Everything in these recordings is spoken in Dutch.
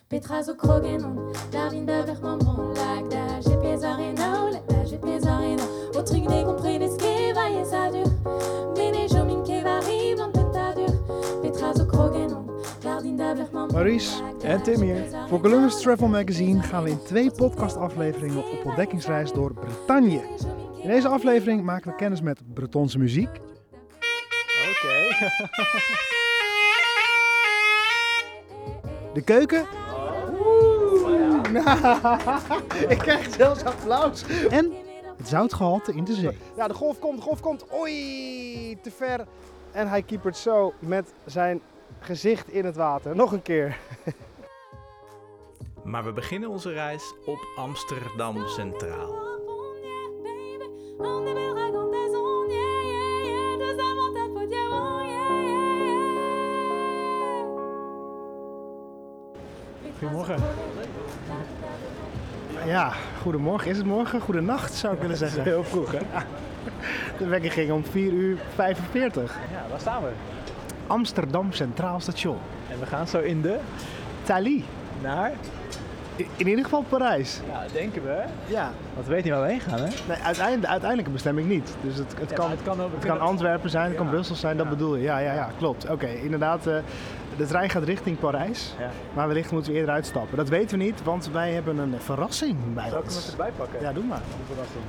Petra zo krogen, Darwin da Bergman, lac da GPS Arena, lac da GPS Arena. Au truc des compris des skis, vaille ça dur. Bene jomin ke vari, blanc tenta dur. Petra zo krogen, Darwin da Bergman. Maurice en Tim hier. Voor Columbus Travel Magazine gaan we in 2 podcastafleveringen op ontdekkingsreis door Bretagne. In deze aflevering maken we kennis met Bretonse muziek. Oké. De keuken. Ik krijg zelfs applaus. En het zoutgehalte in de zee. Ja, de golf komt. Oei, te ver. En hij keepert zo met zijn gezicht in het water. Nog een keer. Maar we beginnen onze reis op Amsterdam Centraal. Goedemorgen. Ja, goedemorgen. Is het morgen? Goedenacht zou ik willen zeggen. Heel vroeg, hè? De wekker ging om 4:45. Ja, waar staan we? Amsterdam Centraal Station. En we gaan zo in de... Thalys. Naar? In ieder geval Parijs. Ja, denken we. Ja. Want we weten niet waar we heen gaan, hè? Nee, de uiteindelijke bestemming niet. Dus het kan Antwerpen zijn, het kan Brussel zijn, dat bedoel je. Ja, klopt. Oké, inderdaad. De trein gaat richting Parijs, maar wellicht moeten we eerder uitstappen. Dat weten we niet, want wij hebben een verrassing bij Zal ik ons. hem even bijpakken? Ja, doe maar. De verrassing.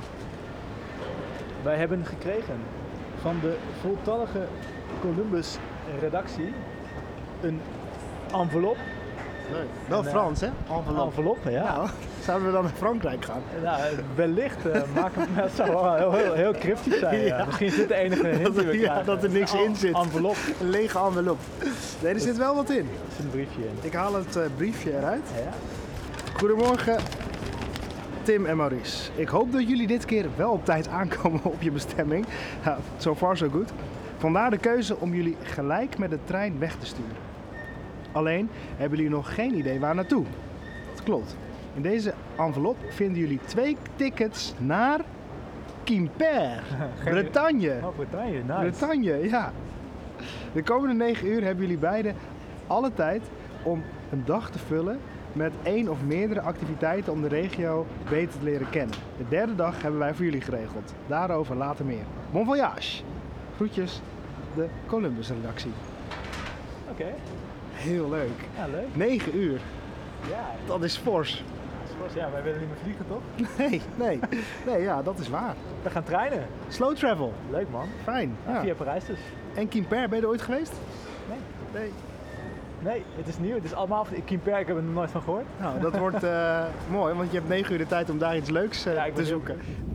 Wij hebben gekregen van de voltallige Columbus-redactie een envelop. Leuk. Wel Frans, hè? Envelop, ja. Nou, zouden we dan naar Frankrijk gaan? Nou, wellicht het zou wel heel cryptisch zijn. Ja. Misschien is dit de enige hint die we krijgen. Dat er niks in zit. Envelop. Een lege envelop. Nee, er zit wel wat in. Er zit een briefje in. Ik haal het briefje eruit. Ja. Goedemorgen, Tim en Maurice. Ik hoop dat jullie dit keer wel op tijd aankomen op je bestemming. So far so good. Vandaar de keuze om jullie gelijk met de trein weg te sturen. Alleen hebben jullie nog geen idee waar naartoe. Dat klopt. In deze envelop vinden jullie 2 tickets naar Quimper, Bretagne. Oh, Bretagne, nice. Bretagne, ja. De komende 9 uur hebben jullie beiden alle tijd om een dag te vullen met 1 of meerdere activiteiten om de regio beter te leren kennen. De 3e dag hebben wij voor jullie geregeld. Daarover later meer. Bon voyage. Groetjes, de Columbus-redactie. Oké. Heel leuk. Ja, leuk. 9 uur. Ja. Dat is fors. Ja, wij willen niet meer vliegen, toch? Nee, ja, dat is waar. We gaan treinen. Slow travel. Leuk, man. Fijn. Ja. Via Parijs dus. En Quimper, ben je er ooit geweest? Nee. Nee, het is nieuw. Het is allemaal van Quimper, ik heb er nog nooit van gehoord. Nou, dat wordt mooi, want je hebt 9 uur de tijd om daar iets leuks te zoeken.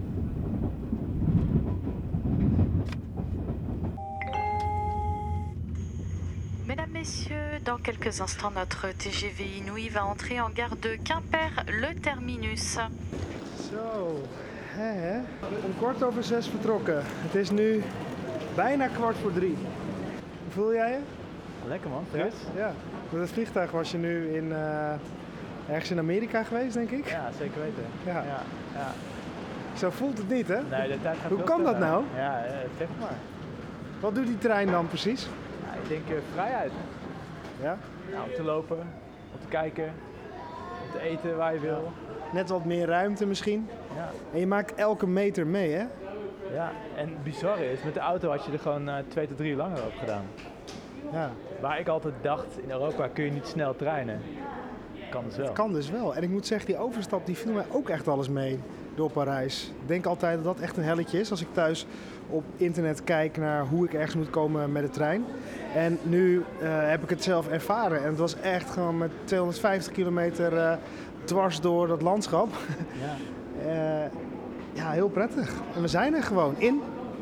Mesdames, Messieurs, dans quelques instants, notre TGV Inouï va entrer en gare de Quimper, le terminus. Zo, hè? Om 6:15 vertrokken. Het is nu bijna 2:15. Hoe voel jij je? Lekker, man. Fris. Ja. Met het vliegtuig was je nu ergens in Amerika geweest, denk ik? Ja, zeker weten. Ja. Ja. Zo voelt het niet, hè? Nee, de tijd gaat Hoe veel kan dat sneller. nou? Ja, zeg maar. Wat doet die trein dan precies? Ja, ik denk vrijheid. Ja? Nou, om te lopen, om te kijken, om te eten waar je wil. Net wat meer ruimte misschien. Ja. En je maakt elke meter mee, hè? Ja, en het bizarre is, met de auto had je er gewoon 2 tot 3 uur langer op gedaan. Ja. Waar ik altijd dacht, in Europa kun je niet snel treinen. Kan dus wel. Het kan dus wel. En ik moet zeggen, die overstap die viel mij ook echt alles mee door Parijs. Ik denk altijd dat dat echt een helletje is als ik thuis op internet kijk naar hoe ik ergens moet komen met de trein. En nu heb ik het zelf ervaren. En het was echt gewoon met 250 kilometer dwars door dat landschap. Ja. Ja, heel prettig. En we zijn er gewoon in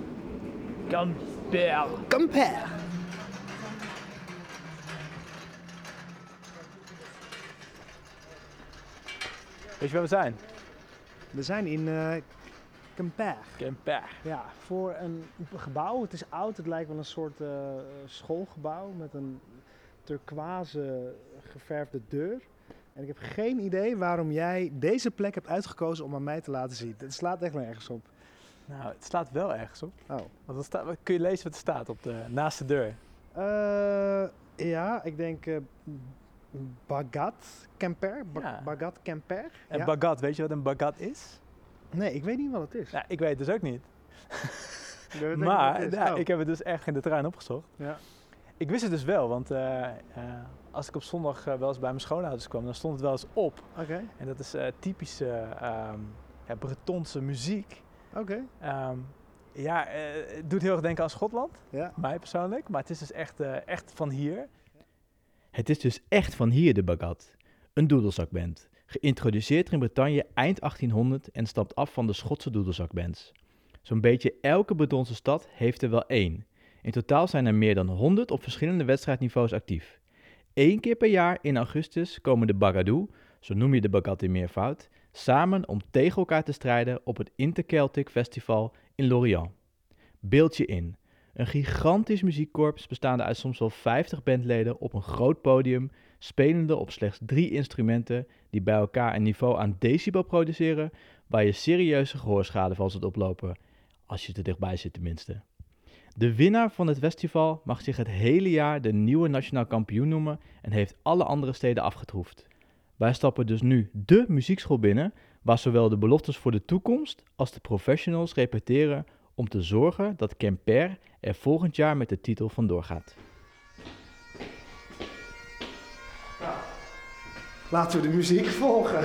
Quimper. Weet je waar we zijn? We zijn in Quimper. Quimper. Ja, voor een gebouw. Het is oud. Het lijkt wel een soort schoolgebouw met een turquoise geverfde deur. En ik heb geen idee waarom jij deze plek hebt uitgekozen om aan mij te laten zien. Het slaat echt nergens op. Nou, het staat wel ergens op. Oh. Want kun je lezen wat er staat naast de deur? Ja, ik denk Bagat Quimper. Ja. Bagat Quimper. En Ja. bagat, weet je wat een bagat is? Nee, ik weet niet wat het is. Ja, ik weet het dus ook niet. Ik weet niet Maar wat het is. ja, Oh. ik heb het dus echt in de trein opgezocht. Ja. Ik wist het dus wel, want als ik op zondag wel eens bij mijn schoonouders kwam, dan stond het wel eens op. Oké. En dat is typische Bretonse muziek. Oké. Het doet heel erg denken aan Schotland, Ja. mij persoonlijk, maar het is dus echt van hier. Het is dus echt van hier de bagat, een doedelzakband. Geïntroduceerd in Bretagne eind 1800 en stamt af van de Schotse doedelzakbands. Zo'n beetje elke Bretonse stad heeft er wel één. In totaal zijn er meer dan 100 op verschillende wedstrijdniveaus actief. 1 keer per jaar in augustus komen de Bagadou, zo noem je de bagat in meervoud, samen om tegen elkaar te strijden op het Interceltic Festival in Lorient. Beeld je in. Een gigantisch muziekkorps bestaande uit soms wel 50 bandleden op een groot podium, spelende op slechts 3 instrumenten die bij elkaar een niveau aan decibel produceren waar je serieuze gehoorschade van zult oplopen, als je te dichtbij zit tenminste. De winnaar van het festival mag zich het hele jaar de nieuwe nationaal kampioen noemen en heeft alle andere steden afgetroefd. Wij stappen dus nu de muziekschool binnen, waar zowel de beloftes voor de toekomst als de professionals repeteren om te zorgen dat Quimper er volgend jaar met de titel vandoor gaat. Laten we de muziek volgen.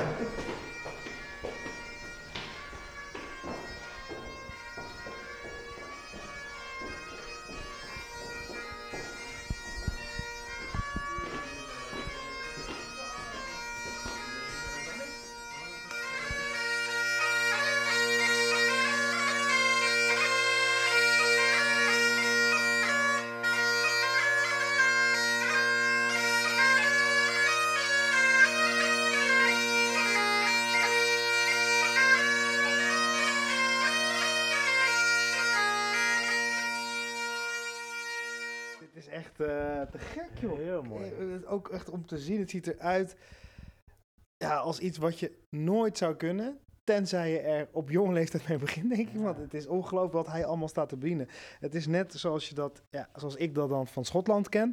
Dit is echt te gek, joh. Heel mooi. Ook echt om te zien, het ziet eruit als iets wat je nooit zou kunnen. Tenzij je er op jonge leeftijd mee begint, denk ik. Want het is ongelooflijk wat hij allemaal staat te bedienen. Het is net zoals zoals ik dat dan van Schotland ken.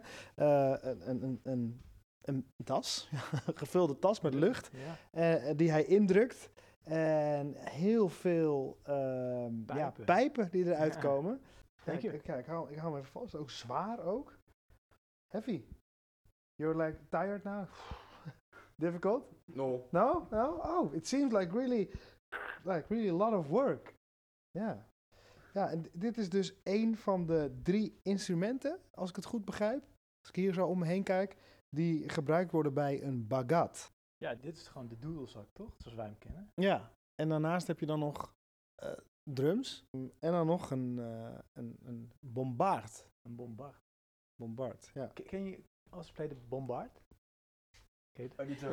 Een tas, een gevulde tas met lucht, die hij indrukt. En heel veel pijpen die eruit komen. Thank you. Kijk, ik hou hem even vast. Ook zwaar ook. Heavy. You're like tired now? Difficult? No. No? No? Oh, it seems like really a lot of work. Ja. Ja, en dit is dus één van de 3 instrumenten, als ik het goed begrijp. Als ik hier zo om me heen kijk, die gebruikt worden bij een bagat. Ja, dit is gewoon de doedelzak, toch? Zoals wij hem kennen. Ja. En daarnaast heb je dan nog drums. En dan nog een bombard. Een bombard. Bombard, ja. Ken je als play de bombard? A little.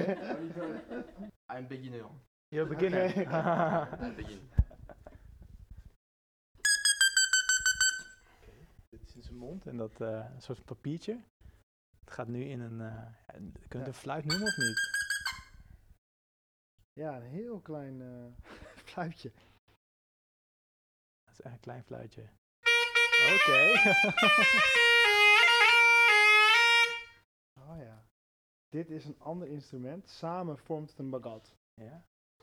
I'm beginner. You're a beginner. I'm beginner. Dit is in zijn mond en dat een soort papiertje. Het gaat nu in een... kun je het een fluit noemen of niet? Ja, een heel klein fluitje. Dat is echt een klein fluitje. Oké. Oh ja. Dit is een ander instrument. Samen vormt het een bagat. Ja.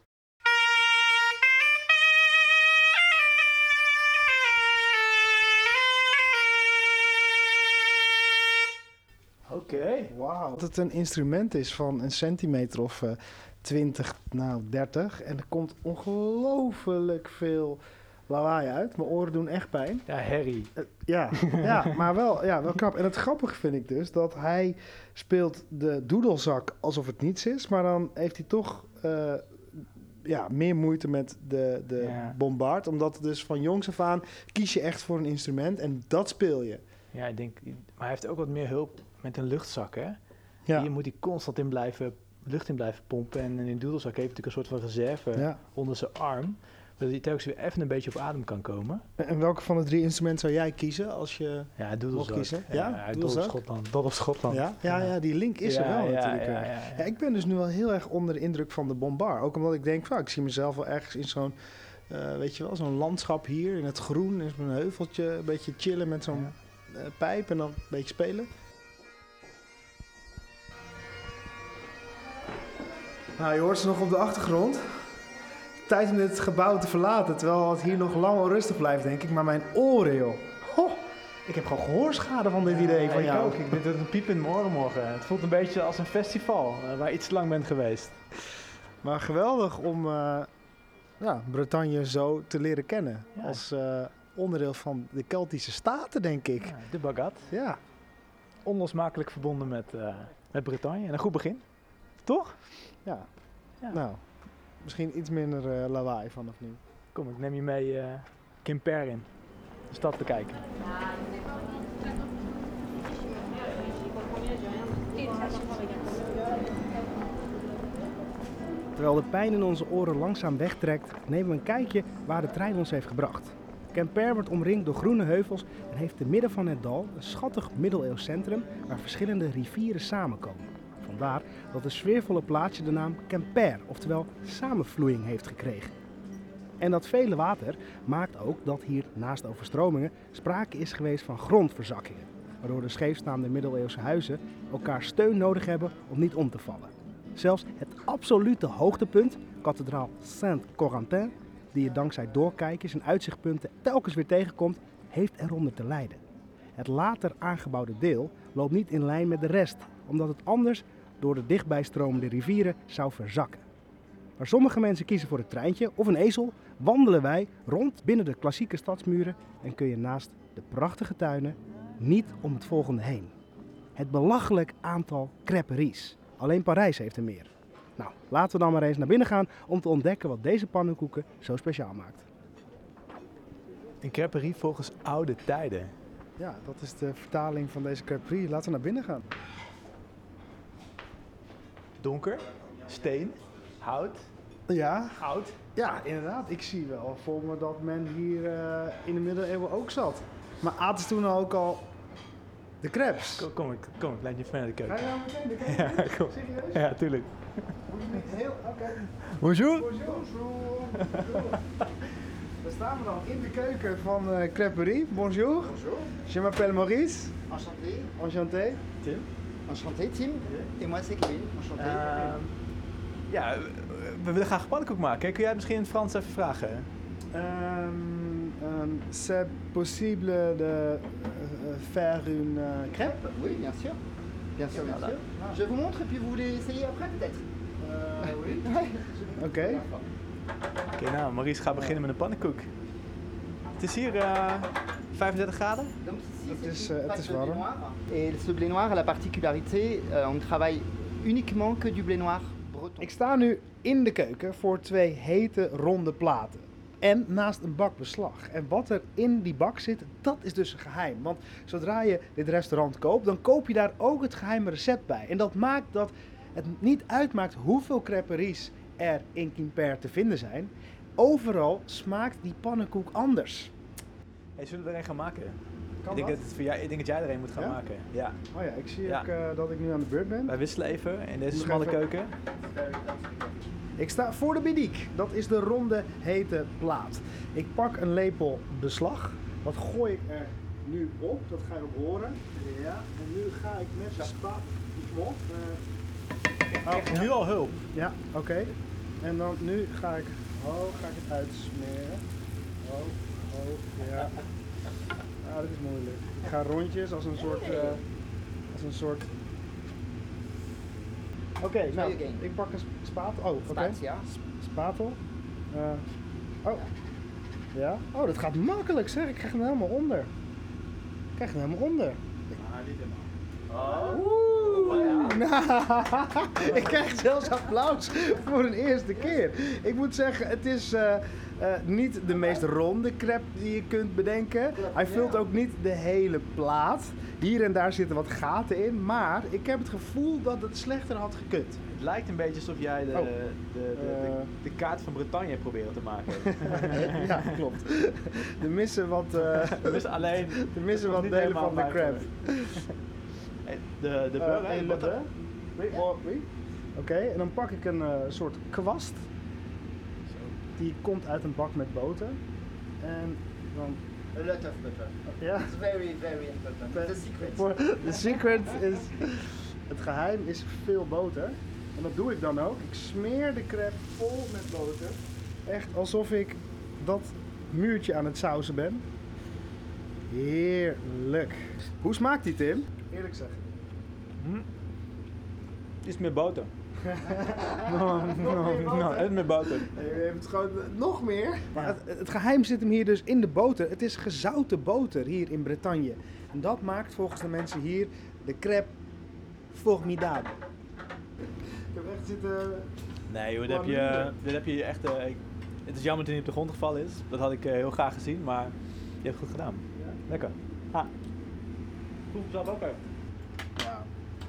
Oké. Wauw. Dat het een instrument is van een centimeter of 20, 30. En er komt ongelooflijk veel lawaai uit. Mijn oren doen echt pijn. Ja, Harry. Ja, maar wel knap. En het grappige vind ik dus dat hij speelt de doedelzak alsof het niets is. Maar dan heeft hij toch meer moeite met de bombard. Omdat het dus van jongs af aan kies je echt voor een instrument en dat speel je. Ja, ik denk... Maar hij heeft ook wat meer hulp met een luchtzak, hè? Ja. Hier moet hij constant lucht in blijven pompen. En in een doedelzak heeft hij natuurlijk een soort van reserve onder zijn arm. Dat hij telkens weer even een beetje op adem kan komen. En welke van de 3 instrumenten zou jij kiezen als je mocht kiezen? Ja, dol op Schotland. Ja, die link is er wel natuurlijk. Ja, ik ben dus nu wel heel erg onder de indruk van de bombard. Ook omdat ik denk, ik zie mezelf wel ergens in zo'n, zo'n landschap hier in het groen. In zo'n heuveltje, een beetje chillen met zo'n pijp en dan een beetje spelen. Nou, je hoort ze nog op de achtergrond. Tijd om dit gebouw te verlaten, terwijl het hier nog lang onrustig blijft, denk ik. Maar mijn oren, joh. Ho, ik heb gewoon gehoorschade van dit idee van jou. Ik ook. Ik vind het een piep in mijn oren morgen. Het voelt een beetje als een festival waar je iets te lang bent geweest. Maar geweldig om Bretagne zo te leren kennen. Ja. Als onderdeel van de Keltische Staten, denk ik. Ja, de Bagat. Ja. Onlosmakelijk verbonden met Bretagne. En een goed begin. Toch? Ja. Ja. Nou, misschien iets minder lawaai vanaf nu. Kom, ik neem je mee Quimper in. De stad bekijken. Terwijl de pijn in onze oren langzaam wegtrekt, nemen we een kijkje waar de trein ons heeft gebracht. Quimper wordt omringd door groene heuvels en heeft te midden van het dal een schattig middeleeuws centrum waar verschillende rivieren samenkomen. Vandaar dat het sfeervolle plaatsje de naam Quimper, oftewel samenvloeiing, heeft gekregen. En dat vele water maakt ook dat hier naast overstromingen sprake is geweest van grondverzakkingen, waardoor de scheefstaande middeleeuwse huizen elkaar steun nodig hebben om niet om te vallen. Zelfs het absolute hoogtepunt, kathedraal Saint-Corentin, die je dankzij doorkijkers en uitzichtpunten telkens weer tegenkomt, heeft eronder te lijden. Het later aangebouwde deel loopt niet in lijn met de rest, omdat het anders door de dichtbij stromende rivieren zou verzakken. Waar sommige mensen kiezen voor het treintje of een ezel, wandelen wij rond binnen de klassieke stadsmuren en kun je naast de prachtige tuinen niet om het volgende heen. Het belachelijk aantal crêperies. Alleen Parijs heeft er meer. Nou, laten we dan maar eens naar binnen gaan om te ontdekken wat deze pannenkoeken zo speciaal maakt. Een crêperie volgens oude tijden. Ja, dat is de vertaling van deze crêperie. Laten we naar binnen gaan. Donker, steen, hout, Ja, oud. ja, inderdaad. Ik zie wel voor me dat men hier in de middeleeuwen ook zat. Maar aten ze toen ook al de crêpes? Kom, ik leid je even naar de Ga keuken. je nou meteen de keuken? Ja, kom. Serieus? Ja, tuurlijk. Moet je niet heel... Oké. Bonjour. Bonjour. Daar staan we dan in de keuken van crêperie. Bonjour. Bonjour, Je m'appelle Maurice. enchanté. Enchanté. Tim. Enchanté Tim. Et moi c'est Kevin, enchanté. Ja, we willen graag pannenkoek maken. Kun jij het misschien in het Frans even vragen? C'est possible de faire une crêpe? Oui, bien sûr. Bien sûr, bien sûr. Je vous montre et puis vous voulez essayer après peut-être? Oui. Ouais. Oké. Oké, nou, Maurice gaat beginnen met een pannenkoek. Het is hier 35 graden. Donc ici Het is, c'est une het pâte is de blé warm. noir. Et ce blé noir a la particularité, on travaille uniquement que du blé noir breton. Ik sta nu in de keuken voor 2 hete ronde platen. En naast een bak beslag. En wat er in die bak zit, dat is dus een geheim. Want zodra je dit restaurant koopt, dan koop je daar ook het geheime recept bij. En dat maakt dat het niet uitmaakt hoeveel crêperies er in Quimper te vinden zijn. Overal smaakt die pannenkoek anders. Hey, zullen we er een gaan maken? Kan ik denk dat? dat het voor jou, ik denk dat jij er een moet gaan Ja? maken. Ja. Oh ja, ik zie Ja. ook dat ik nu aan de beurt ben. Wij wisselen even in deze Nog smalle even. keuken. Ik sta voor de bidiek. Dat is de ronde hete plaat. Ik pak een lepel beslag. Dat gooi ik er nu op. Dat ga je ook horen. Ja. En nu ga ik met de spaat. Oh, nu al hulp. Ja, oké. En dan nu ga ik het uitsmeren. Ja. Ah, dit is moeilijk. Ik ga rondjes als een soort... Oké, nou, ik pak een spatel. Oh, oké. Spatia. Spatel. Oh. Ja. Oh, dat gaat makkelijk zeg. Ik krijg hem helemaal onder. Ik krijg zelfs applaus voor een eerste keer. Ik moet zeggen, het is niet de meest ronde crepe die je kunt bedenken. Hij vult ook niet de hele plaat. Hier en daar zitten wat gaten in, maar ik heb het gevoel dat het slechter had gekund. Het lijkt een beetje alsof jij de kaart van Bretagne probeert te maken. Ja, klopt. Er missen wat, Dus alleen er missen wat niet delen helemaal van de crepe. Hey, de beurre, en wat er- Oké, en dan pak ik een soort kwast. Die komt uit een bak met boter. En dan... A lot of butter. Ja. It's very, very important. The secret. De secret is... Het geheim is veel boter. En dat doe ik dan ook. Ik smeer de crepe vol met boter. Echt alsof ik dat muurtje aan het sausen ben. Heerlijk. Hoe smaakt die, Tim? Eerlijk zeggen. Iets meer boter. Het meer boter. Je heeft het gewoon nog meer. Maar het geheim zit hem hier dus in de boter. Het is gezouten boter hier in Bretagne. En dat maakt volgens de mensen hier de crêpe formidable. Ik heb echt zitten... Nee joh, dit heb je echt... het is jammer dat hij niet op de grond gevallen is. Dat had ik heel graag gezien, maar je hebt het goed gedaan. Ja? Lekker. Proef hem zelf ook even. Ja.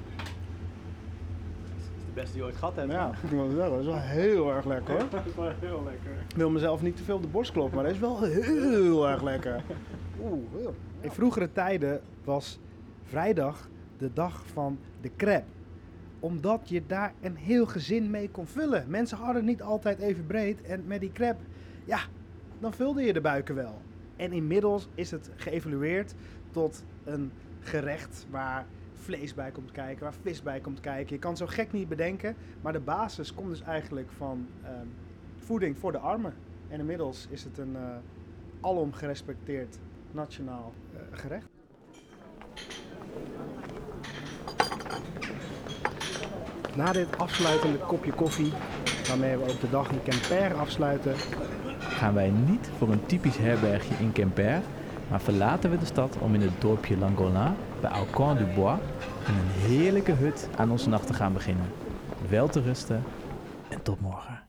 Dat is de beste die je ooit gehad hebt. Ja, ik moet zeggen, dat is wel heel erg lekker hoor. Dat is wel heel lekker. Ik wil mezelf niet te veel op de borst kloppen, maar dat is wel heel erg lekker. Heel. In vroegere tijden was vrijdag de dag van de crêpe. Omdat je daar een heel gezin mee kon vullen. Mensen hadden het niet altijd even breed en met die crêpe, ja, dan vulde je de buiken wel. En inmiddels is het geëvolueerd tot een gerecht waar vlees bij komt kijken, waar vis bij komt kijken. Je kan het zo gek niet bedenken, maar de basis komt dus eigenlijk van voeding voor de armen. En inmiddels is het een alom gerespecteerd nationaal gerecht. Na dit afsluitende kopje koffie, waarmee we ook de dag in Quimper afsluiten, gaan wij niet voor een typisch herbergje in Quimper, maar verlaten we de stad om in het dorpje Langolan bij Aucamp du Bois in een heerlijke hut aan onze nacht te gaan beginnen. Wel te rusten en tot morgen.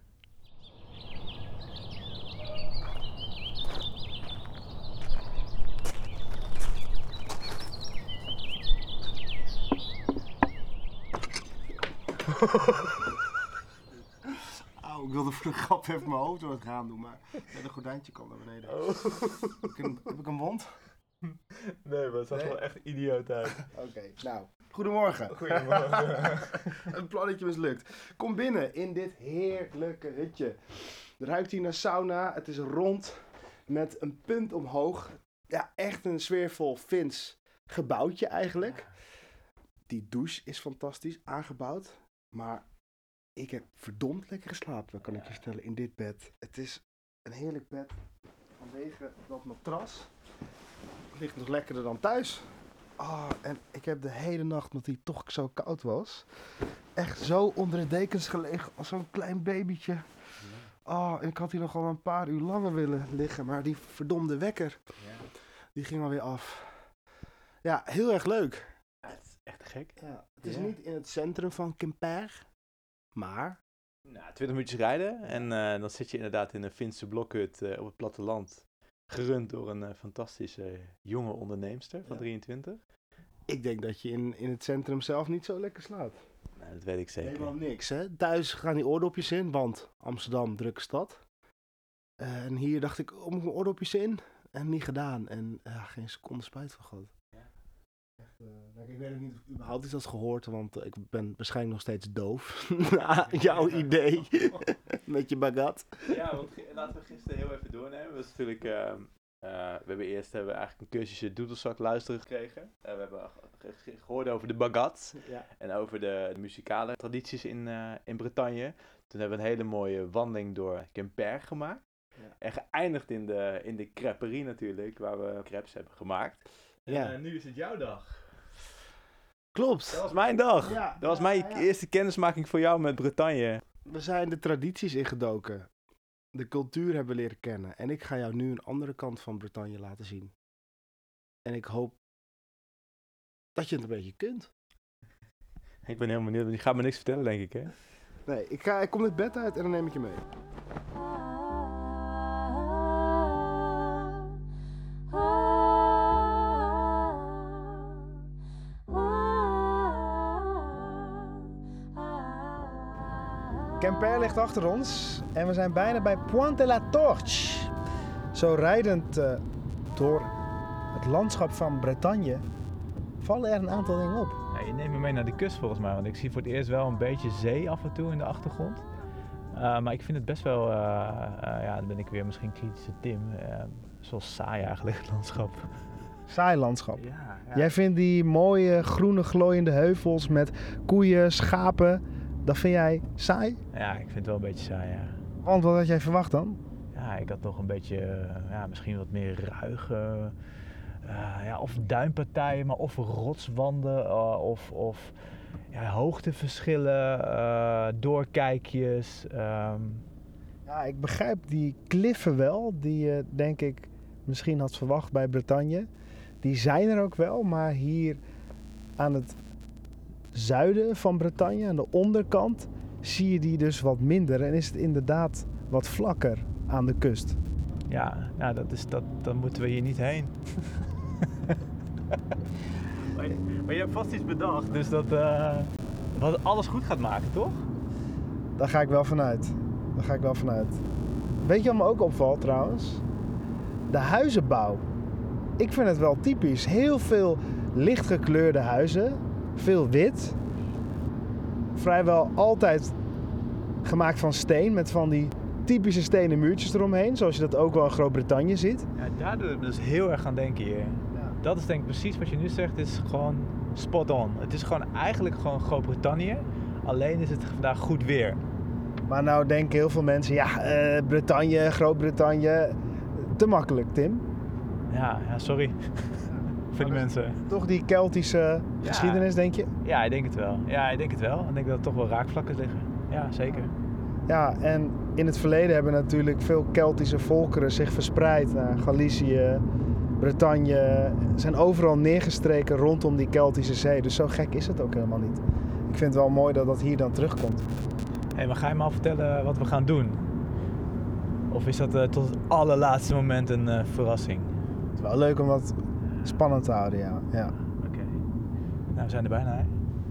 Ik wilde voor de grap even mijn hoofd door het raam doen, maar een gordijntje kwam naar beneden. Heb ik een wond? Nee, maar het zag wel echt idioot uit. Oké, nou, goedemorgen. Goedemorgen. Een plannetje mislukt. Kom binnen in dit heerlijke hutje. Het ruikt hier naar sauna, het is rond met een punt omhoog. Ja, echt een sfeervol Fins gebouwtje eigenlijk. Die douche is fantastisch aangebouwd, maar ik heb verdomd lekker geslapen, kan ik je vertellen, in dit bed. Het is een heerlijk bed vanwege dat matras. Het ligt nog lekkerder dan thuis. En ik heb de hele nacht, omdat die toch zo koud was, echt zo onder de dekens gelegen als zo'n klein babytje. En ik had hier nog wel een paar uur langer willen liggen, maar die verdomde wekker, die ging alweer af. Ja, heel erg leuk. Ja, het is echt gek. Ja, het is niet in het centrum van Quimper, maar... Nou, 20 minuutjes rijden en dan zit je inderdaad in een Finse blokhut op het platteland. Gerund door een fantastische jonge onderneemster van 23. Ik denk dat je in het centrum zelf niet zo lekker slaapt. Nou, dat weet ik zeker. Helemaal niks, hè. Thuis gaan die oordopjes in, want Amsterdam, drukke stad. En hier dacht ik, mijn oordopjes in. En niet gedaan. En geen seconde spijt van gehad. Ik weet ook niet of überhaupt is dat gehoord, want ik ben waarschijnlijk nog steeds doof. Jouw idee met je bagat. Ja, want laten we gisteren heel even doornemen. Dat is natuurlijk, we hebben eigenlijk een cursusje doedelzak luisteren gekregen. We hebben gehoord over de bagat en over de muzikale tradities in Bretagne. Toen hebben we een hele mooie wandeling door Quimper gemaakt. Ja. En geëindigd in de crêperie natuurlijk, waar we crêpes hebben gemaakt. En nu is het jouw dag. Klopt. Dat was mijn dag. Ja, dat was mijn eerste kennismaking voor jou met Bretagne. We zijn de tradities ingedoken. De cultuur hebben we leren kennen. En ik ga jou nu een andere kant van Bretagne laten zien. En ik hoop dat je het een beetje kunt. Ik ben helemaal benieuwd. Je gaat me niks vertellen, denk ik, hè? Nee, ik kom het bed uit en dan neem ik je mee. Quimper ligt achter ons en we zijn bijna bij Pointe de la Torche. Zo rijdend door het landschap van Bretagne vallen er een aantal dingen op. Ja, je neemt me mee naar de kust volgens mij, want ik zie voor het eerst wel een beetje zee af en toe in de achtergrond. Maar ik vind het best wel, dan ben ik weer misschien kritische Tim, zo saai eigenlijk het landschap. Saai landschap. Ja. Jij vindt die mooie groene glooiende heuvels met koeien, schapen, Dat vind jij saai? Ja, ik vind het wel een beetje saai, ja. Want wat had jij verwacht dan? Ja, ik had nog een beetje, misschien wat meer ruige, of duinpartijen, maar of rotswanden, of hoogteverschillen, doorkijkjes. Ja, ik begrijp die kliffen wel, die je denk ik misschien had verwacht bij Bretagne. Die zijn er ook wel, maar hier aan het zuiden van Bretagne, aan de onderkant, zie je die dus wat minder en is het inderdaad wat vlakker aan de kust. Ja, nou, dan moeten we hier niet heen. maar je hebt vast iets bedacht, dus dat wat alles goed gaat maken, toch? Daar ga ik wel vanuit. Weet je wat me ook opvalt trouwens? De huizenbouw. Ik vind het wel typisch. Heel veel lichtgekleurde huizen. Veel wit. Vrijwel altijd gemaakt van steen. Met van die typische stenen muurtjes eromheen. Zoals je dat ook wel in Groot-Brittannië ziet. Ja, daar doe ik dus heel erg aan denken hier. Ja. Dat is denk ik precies wat je nu zegt. Is gewoon spot on. Het is gewoon eigenlijk gewoon Groot-Brittannië. Alleen is het vandaag goed weer. Maar nou denken heel veel mensen, Bretagne, Groot-Brittannië, te makkelijk, Tim. Ja, sorry voor die mensen. Toch die Keltische geschiedenis, denk je? Ja, ik denk het wel. Ik denk dat er toch wel raakvlakken liggen. Ja, zeker. Ja, en in het verleden hebben natuurlijk veel Keltische volkeren zich verspreid naar Galicië, Bretagne. Zijn overal neergestreken rondom die Keltische zee. Dus zo gek is het ook helemaal niet. Ik vind het wel mooi dat dat hier dan terugkomt. Hey, maar ga je me al vertellen wat we gaan doen? Of is dat tot het allerlaatste moment een verrassing? Het is wel leuk om wat spannend te houden, ja. Oké. Nou, we zijn er bijna, hè?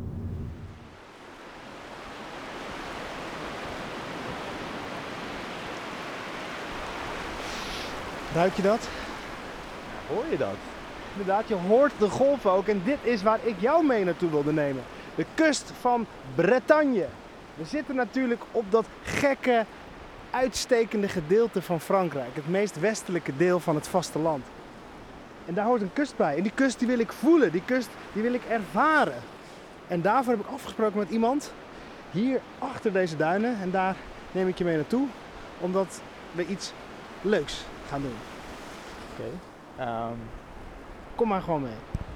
Ruik je dat? Ja, hoor je dat? Inderdaad, je hoort de golven ook. En dit is waar ik jou mee naartoe wilde nemen. De kust van Bretagne. We zitten natuurlijk op dat gekke, uitstekende gedeelte van Frankrijk. Het meest westelijke deel van het vasteland. En daar hoort een kust bij. En die kust die wil ik voelen. Die kust die wil ik ervaren. En daarvoor heb ik afgesproken met iemand hier achter deze duinen. En daar neem ik je mee naartoe. Omdat we iets leuks gaan doen. Oké. Kom maar gewoon mee.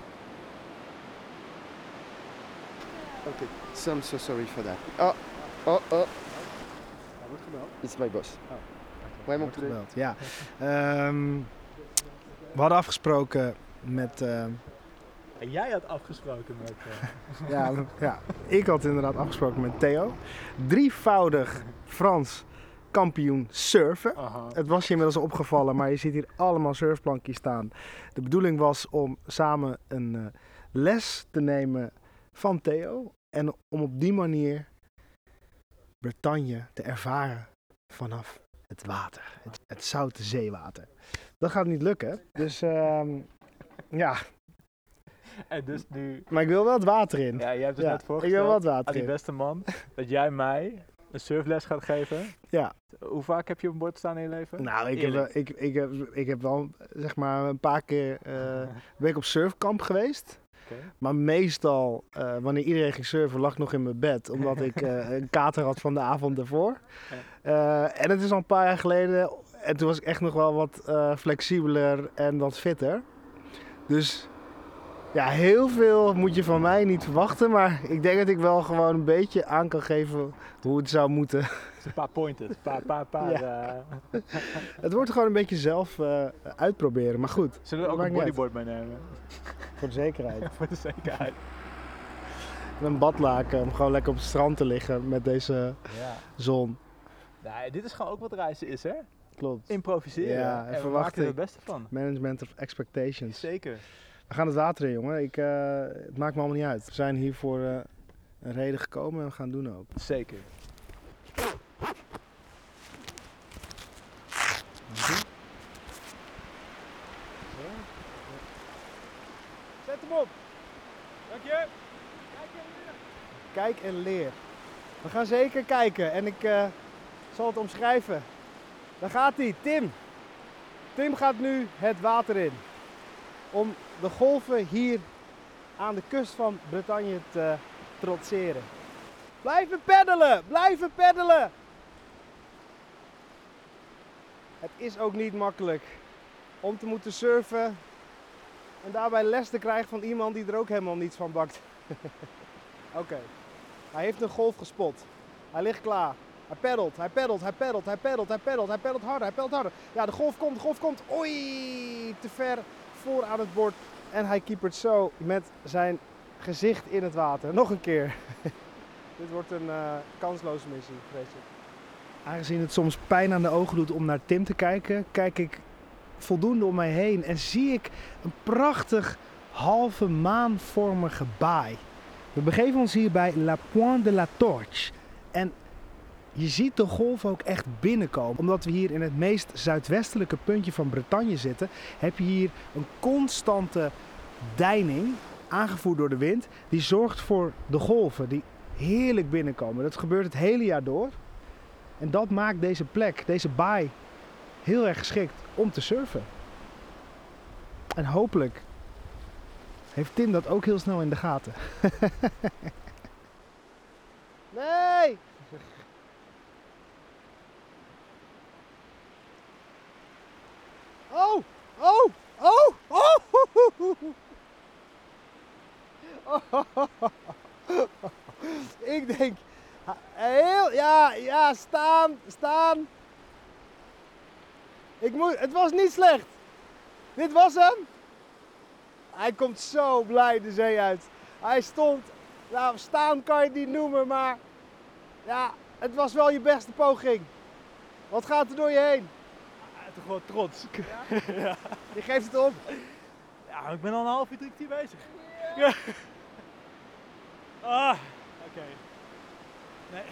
Okay, so I'm so sorry for that. Oh. Wordt gebeld. It's my boss. Wordt gebeld, ja. We hadden afgesproken met... Jij had afgesproken met... ja, ik had inderdaad afgesproken met Theo. Drievoudig Frans kampioen surfen. Aha. Het was je inmiddels opgevallen, maar je ziet hier allemaal surfplankjes staan. De bedoeling was om samen een les te nemen van Theo. En om op die manier Bretagne te ervaren vanaf het water. Het zoute zeewater. Dat gaat niet lukken. Dus ja. En dus nu... Maar ik wil wel het water in. Ja, jij hebt het net Ik wil voorgesteld wel het water aan die in. beste man dat jij mij een surfles gaat geven. Ja. Hoe vaak heb je op een bord staan in je leven? Nou, Eerlijk. ik heb wel zeg maar een paar keer ben ik op surfkamp geweest. Okay. Maar meestal, wanneer iedereen ging surfen, lag ik nog in mijn bed. Omdat ik een kater had van de avond ervoor. En het is al een paar jaar geleden. En toen was ik echt nog wel wat flexibeler en wat fitter. Dus ja, heel veel moet je van mij niet verwachten. Maar ik denk dat ik wel gewoon een beetje aan kan geven hoe het zou moeten. Een paar pointers. Ja. Het wordt gewoon een beetje zelf uitproberen. Maar goed. Zullen we ook een bodyboard meenemen? Voor de zekerheid. Voor de zekerheid. En een badlaken om gewoon lekker op het strand te liggen met deze zon. Nee, dit is gewoon ook wat reizen is, hè? Klopt. Improviseren. Ja, en we maken er het beste van. Management of expectations. Zeker. We gaan het water in, jongen. Het maakt me allemaal niet uit. We zijn hier voor een reden gekomen en we gaan het doen ook. Zeker. Zet hem op. Dank je. Kijk en leer. We gaan zeker kijken en ik zal het omschrijven. Daar gaat hij, Tim. Tim gaat nu het water in. Om de golven hier aan de kust van Bretagne te trotseren. Blijven peddelen! Blijven peddelen! Het is ook niet makkelijk om te moeten surfen en daarbij les te krijgen van iemand die er ook helemaal niets van bakt. Oké. Hij heeft een golf gespot. Hij ligt klaar. Hij peddelt, hij peddelt, hij peddelt, hij peddelt, hij peddelt, hij peddelt harder, hij peddelt harder. Ja, de golf komt, de golf komt. Oei, te ver voor aan het bord. En hij keepert zo met zijn gezicht in het water. Nog een keer. Dit wordt een kansloze missie, vrees ik. Aangezien het soms pijn aan de ogen doet om naar Tim te kijken, kijk ik voldoende om mij heen en zie ik een prachtig halve maanvormige baai. We begeven ons hier bij La Pointe de la Torche. En je ziet de golf ook echt binnenkomen. Omdat we hier in het meest zuidwestelijke puntje van Bretagne zitten, heb je hier een constante deining, aangevoerd door de wind, die zorgt voor de golven die heerlijk binnenkomen. Dat gebeurt het hele jaar door. En dat maakt deze plek, deze baai, heel erg geschikt om te surfen. En hopelijk heeft Tim dat ook heel snel in de gaten. Nee! Oh! Oh! Oh! Oh! Ik denk... Ja, staan. Het was niet slecht. Dit was hem. Hij komt zo blij de zee uit. Hij stond, nou staan kan je het niet noemen, maar ja, het was wel je beste poging. Wat gaat er door je heen? Toch wel trots. Ja? Ja. Je geeft het op. Ja, ik ben al een half uur hier bezig. Ja. Ah, oké. Nee.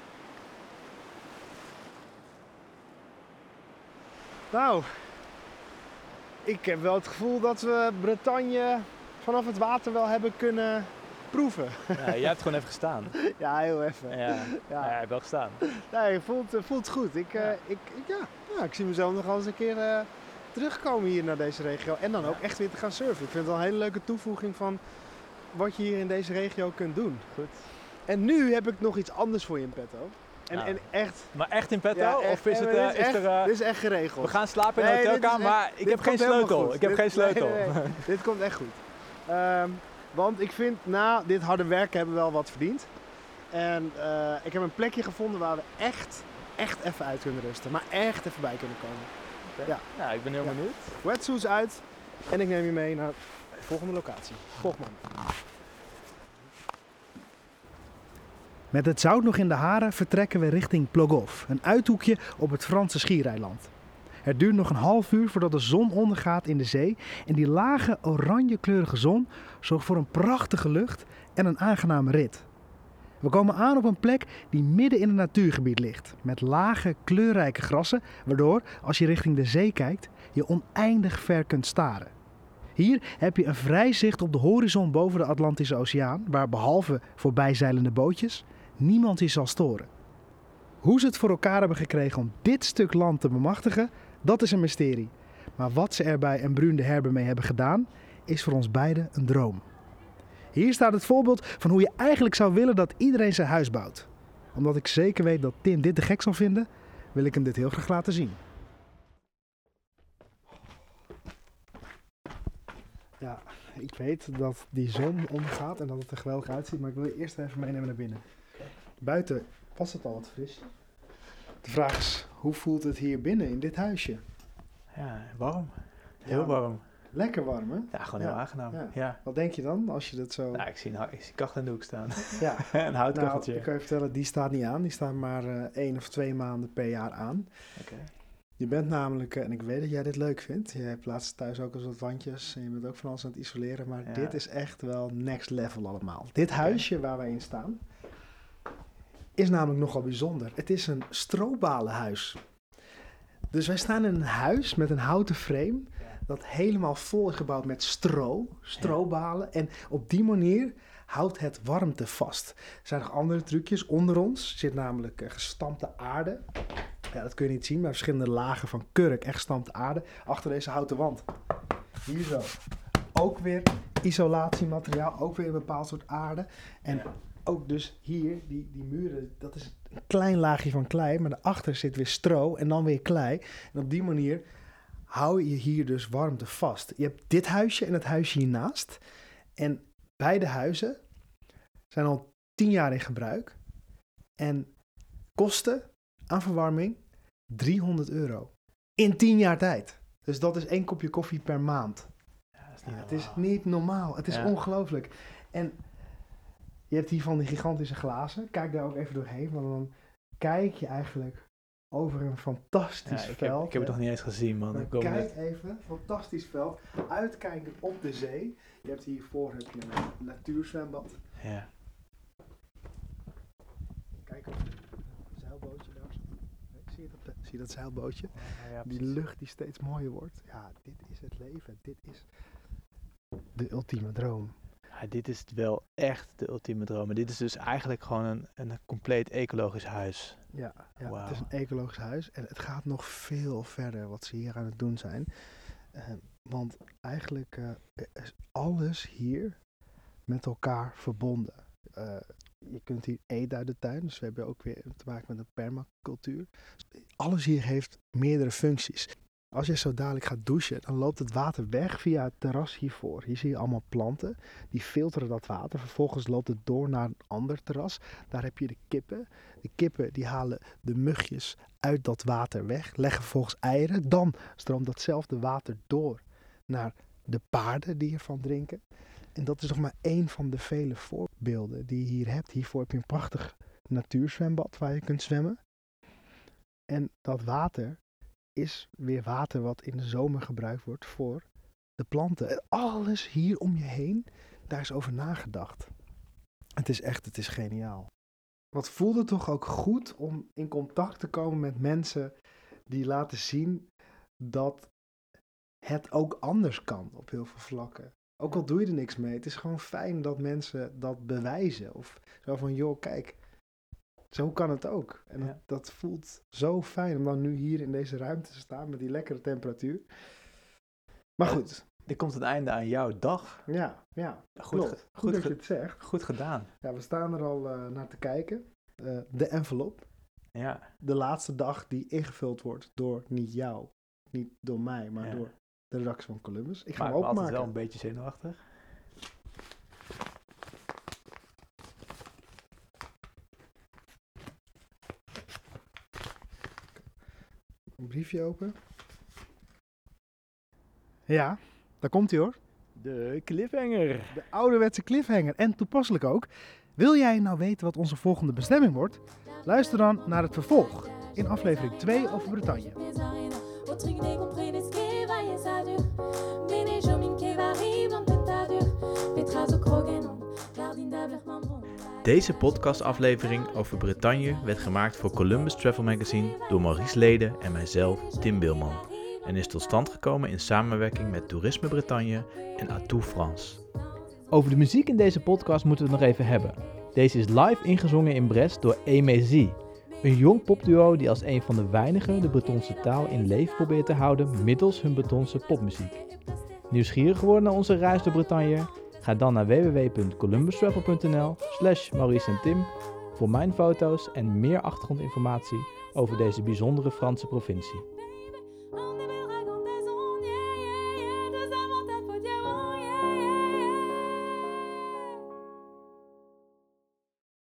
Nou, ik heb wel het gevoel dat we Bretagne vanaf het water wel hebben kunnen proeven. Ja, jij hebt gewoon even gestaan. Ja, heel even. Ja, ja. Jij hebt wel gestaan. Nee, voelt goed. Ik zie mezelf nog wel eens een keer terugkomen hier naar deze regio. En dan ook echt weer te gaan surfen. Ik vind het wel een hele leuke toevoeging van wat je hier in deze regio kunt doen. Goed. En nu heb ik nog iets anders voor je in petto. En echt... Maar echt in petto? Ja, echt, of is het... dit is echt geregeld. We gaan slapen in een hotelkamer, maar ik heb geen sleutel. Ik heb geen sleutel. Nee. Dit komt echt goed. Want ik vind, na dit harde werken hebben we wel wat verdiend. En ik heb een plekje gevonden waar we echt even uit kunnen rusten. Maar echt even bij kunnen komen. Okay. Ja. Nou, ik ben heel benieuwd. Wetsuits uit en ik neem je mee naar de volgende locatie. Volg me. Met het zout nog in de haren vertrekken we richting Plogoff, een uithoekje op het Franse schiereiland. Het duurt nog een half uur voordat de zon ondergaat in de zee en die lage oranjekleurige zon zorgt voor een prachtige lucht en een aangename rit. We komen aan op een plek die midden in een natuurgebied ligt, met lage kleurrijke grassen, waardoor, als je richting de zee kijkt, je oneindig ver kunt staren. Hier heb je een vrij zicht op de horizon boven de Atlantische Oceaan, waar behalve voorbijzeilende bootjes niemand je zal storen. Hoe ze het voor elkaar hebben gekregen om dit stuk land te bemachtigen, dat is een mysterie. Maar wat ze er bij een Brune de Herbe mee hebben gedaan, is voor ons beiden een droom. Hier staat het voorbeeld van hoe je eigenlijk zou willen dat iedereen zijn huis bouwt. Omdat ik zeker weet dat Tim dit te gek zal vinden, wil ik hem dit heel graag laten zien. Ja, ik weet dat die zon ondergaat en dat het er geweldig uitziet, maar ik wil je eerst even meenemen naar binnen. Buiten was het al wat fris. De vraag is, hoe voelt het hier binnen in dit huisje? Ja, warm. Heel warm. Lekker warm, hè? Ja, gewoon heel aangenaam. Ja. Ja. Wat denk je dan als je dat zo... Nou, ik zie kachel in de hoek staan. Ja. Een houtkacheltje. Nou, ik kan je vertellen, die staat niet aan. Die staat maar 1 of 2 maanden per jaar aan. Oké. Je bent namelijk, en ik weet dat jij dit leuk vindt. Je plaatst thuis ook eens wat wandjes en je bent ook van alles aan het isoleren. Maar dit is echt wel next level allemaal. Dit huisje waar wij in staan is namelijk nogal bijzonder. Het is een strobalenhuis. Dus wij staan in een huis met een houten frame dat helemaal vol is gebouwd met strobalen. En op die manier houdt het warmte vast. Er zijn nog andere trucjes. Onder ons zit namelijk gestampte aarde. Ja, dat kun je niet zien, maar verschillende lagen van kurk en gestampte aarde achter deze houten wand. Hier zo. Ook weer isolatiemateriaal, ook weer een bepaald soort aarde. En ook dus hier, die muren, dat is een klein laagje van klei, maar daarachter zit weer stro en dan weer klei. En op die manier hou je hier dus warmte vast. Je hebt dit huisje en het huisje hiernaast. En beide huizen zijn al 10 jaar in gebruik. En kosten aan verwarming €300. In 10 jaar tijd. Dus dat is 1 kopje koffie per maand. Ja, dat is niet Het is niet normaal. Het is ongelooflijk. En je hebt hier van die gigantische glazen. Kijk daar ook even doorheen. Want dan kijk je eigenlijk over een fantastisch veld. Ik heb het nog niet eens gezien, man. Kijk even, fantastisch veld. Uitkijken op de zee. Je hebt hiervoor een natuurzwembad. Ja. Kijk op het zeilbootje daar. Zie je dat zeilbootje? Ja, die lucht die steeds mooier wordt. Ja, dit is het leven. Dit is de ultieme droom. Ja, dit is wel echt de ultieme droom. Maar dit is dus eigenlijk gewoon een compleet ecologisch huis. Ja, Wow. Het is een ecologisch huis. En het gaat nog veel verder wat ze hier aan het doen zijn. Want eigenlijk is alles hier met elkaar verbonden. Je kunt hier eten uit de tuin. Dus we hebben ook weer te maken met een permacultuur. Alles hier heeft meerdere functies. Als je zo dadelijk gaat douchen, dan loopt het water weg via het terras hiervoor. Hier zie je allemaal planten. Die filteren dat water. Vervolgens loopt het door naar een ander terras. Daar heb je de kippen. De kippen die halen de mugjes uit dat water weg. Leggen vervolgens eieren. Dan stroomt datzelfde water door naar de paarden die ervan drinken. En dat is nog maar één van de vele voorbeelden die je hier hebt. Hiervoor heb je een prachtig natuurzwembad waar je kunt zwemmen. En dat water is weer water wat in de zomer gebruikt wordt voor de planten. En alles hier om je heen, daar is over nagedacht. Het is geniaal. Wat voelde toch ook goed om in contact te komen met mensen die laten zien dat het ook anders kan op heel veel vlakken. Ook al doe je er niks mee, het is gewoon fijn dat mensen dat bewijzen. Of zo van, joh, kijk, zo kan het ook. En dat voelt zo fijn om dan nu hier in deze ruimte te staan met die lekkere temperatuur. Maar goed. Er komt een einde aan jouw dag. Ja. Goed dat je het zegt. Goed gedaan. Ja, we staan er al naar te kijken. De envelop. Ja. De laatste dag die ingevuld wordt door niet jou, niet door mij, maar door de redactie van Columbus. Ik ga hem openmaken. Altijd wel een beetje zenuwachtig. Een briefje open. Ja, daar komt hij hoor. De cliffhanger. De ouderwetse cliffhanger. En toepasselijk ook. Wil jij nou weten wat onze volgende bestemming wordt? Luister dan naar het vervolg in aflevering 2 over Bretagne. Deze podcastaflevering over Bretagne werd gemaakt voor Columbus Travel Magazine door Maurice Leden en mijzelf, Tim Bilman. En is tot stand gekomen in samenwerking met Toerisme Bretagne en Atout France. Over de muziek in deze podcast moeten we het nog even hebben. Deze is live ingezongen in Brest door Aimé, een jong popduo die als een van de weinigen de Bretonse taal in leven probeert te houden middels hun Bretonse popmuziek. Nieuwsgierig geworden naar onze reis door Bretagne? Ga dan naar www.columbustravel.nl/Maurice en Tim voor mijn foto's en meer achtergrondinformatie over deze bijzondere Franse provincie.